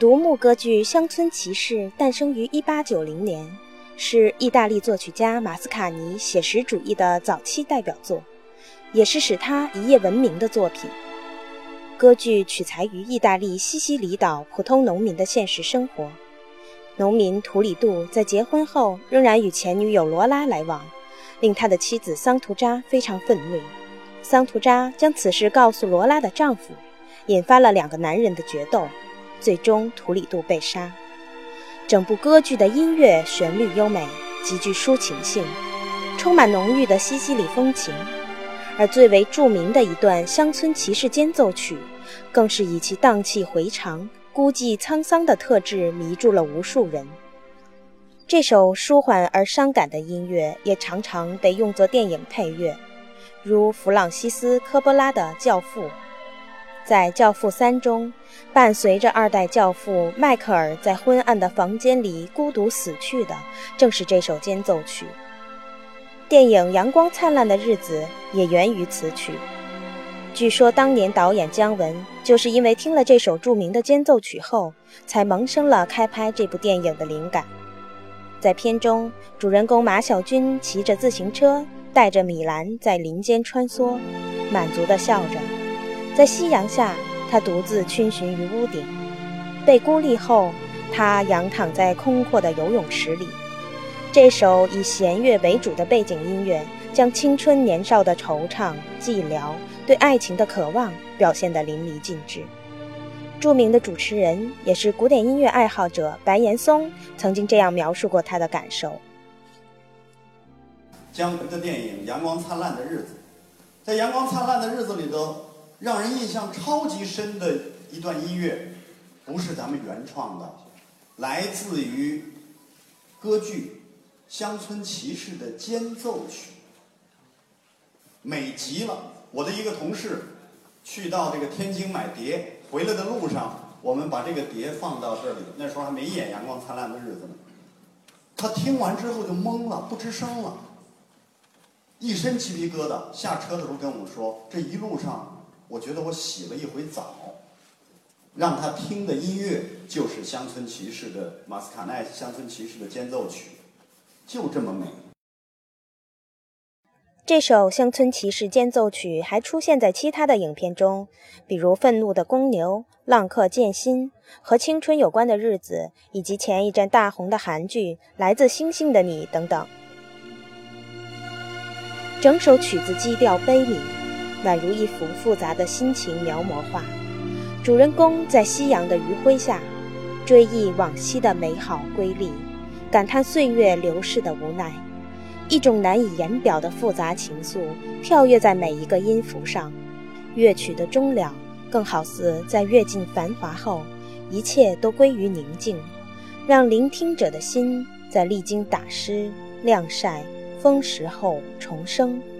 独幕歌剧《乡村骑士》诞生于1890年，是意大利作曲家马斯卡尼写实主义的早期代表作，也是使他一夜闻名的作品。歌剧取材于意大利西西里岛普通农民的现实生活。农民图里杜在结婚后仍然与前女友罗拉来往，令他的妻子桑图扎非常愤怒。桑图扎将此事告诉罗拉的丈夫，引发了两个男人的决斗，最终图里杜被杀。整部歌剧的音乐旋律优美，极具抒情性，充满浓郁的西西里风情，而最为著名的一段乡村骑士间奏曲，更是以其荡气回肠、孤寂沧桑的特质迷住了无数人。这首舒缓而伤感的音乐也常常被用作电影配乐，如弗朗西斯·科波拉的《教父》。在《教父3》中，伴随着二代教父迈克尔在昏暗的房间里孤独死去的，正是这首间奏曲。电影《阳光灿烂的日子》也源于此曲。据说当年导演姜文就是因为听了这首著名的间奏曲后，才萌生了开拍这部电影的灵感。在片中，主人公马小军骑着自行车，带着米兰在林间穿梭，满足地笑着。在夕阳下，他独自逡巡于屋顶。被孤立后，他仰躺在空阔的游泳池里。这首以弦乐为主的背景音乐，将青春年少的惆怅、寂寥、对爱情的渴望表现得淋漓尽致。著名的主持人，也是古典音乐爱好者白岩松曾经这样描述过他的感受。 姜文的电影《阳光灿烂的日子》，在《阳光灿烂的日子》里头，让人印象超级深的一段音乐，不是咱们原创的，来自于歌剧《乡村骑士》的间奏曲，美极了。我的一个同事去到这个天津买碟，回来的路上，我们把这个碟放到这里，那时候还没演《阳光灿烂的日子》呢。他听完之后就懵了，不吱声了，一身鸡皮疙瘩。下车的时候跟我说，这一路上我觉得我洗了一回澡。让他听的音乐就是乡村骑士的马斯卡奈乡村骑士的间奏曲，就这么美。 这首乡村骑士间奏曲还出现在其他的影片中，比如《愤怒的公牛》、《浪客剑心》、和青春有关的日子，以及前一阵大红的韩剧《来自星星的你》等等。整首曲子基调悲悯，宛如一幅复杂的心情描摹画。主人公在夕阳的余晖下，追忆往昔的美好瑰丽，感叹岁月流逝的无奈。一种难以言表的复杂情愫跳跃在每一个音符上，乐曲的终了更好似在阅尽繁华后，一切都归于宁静，让聆听者的心在历经打湿、晾晒、风蚀后重生。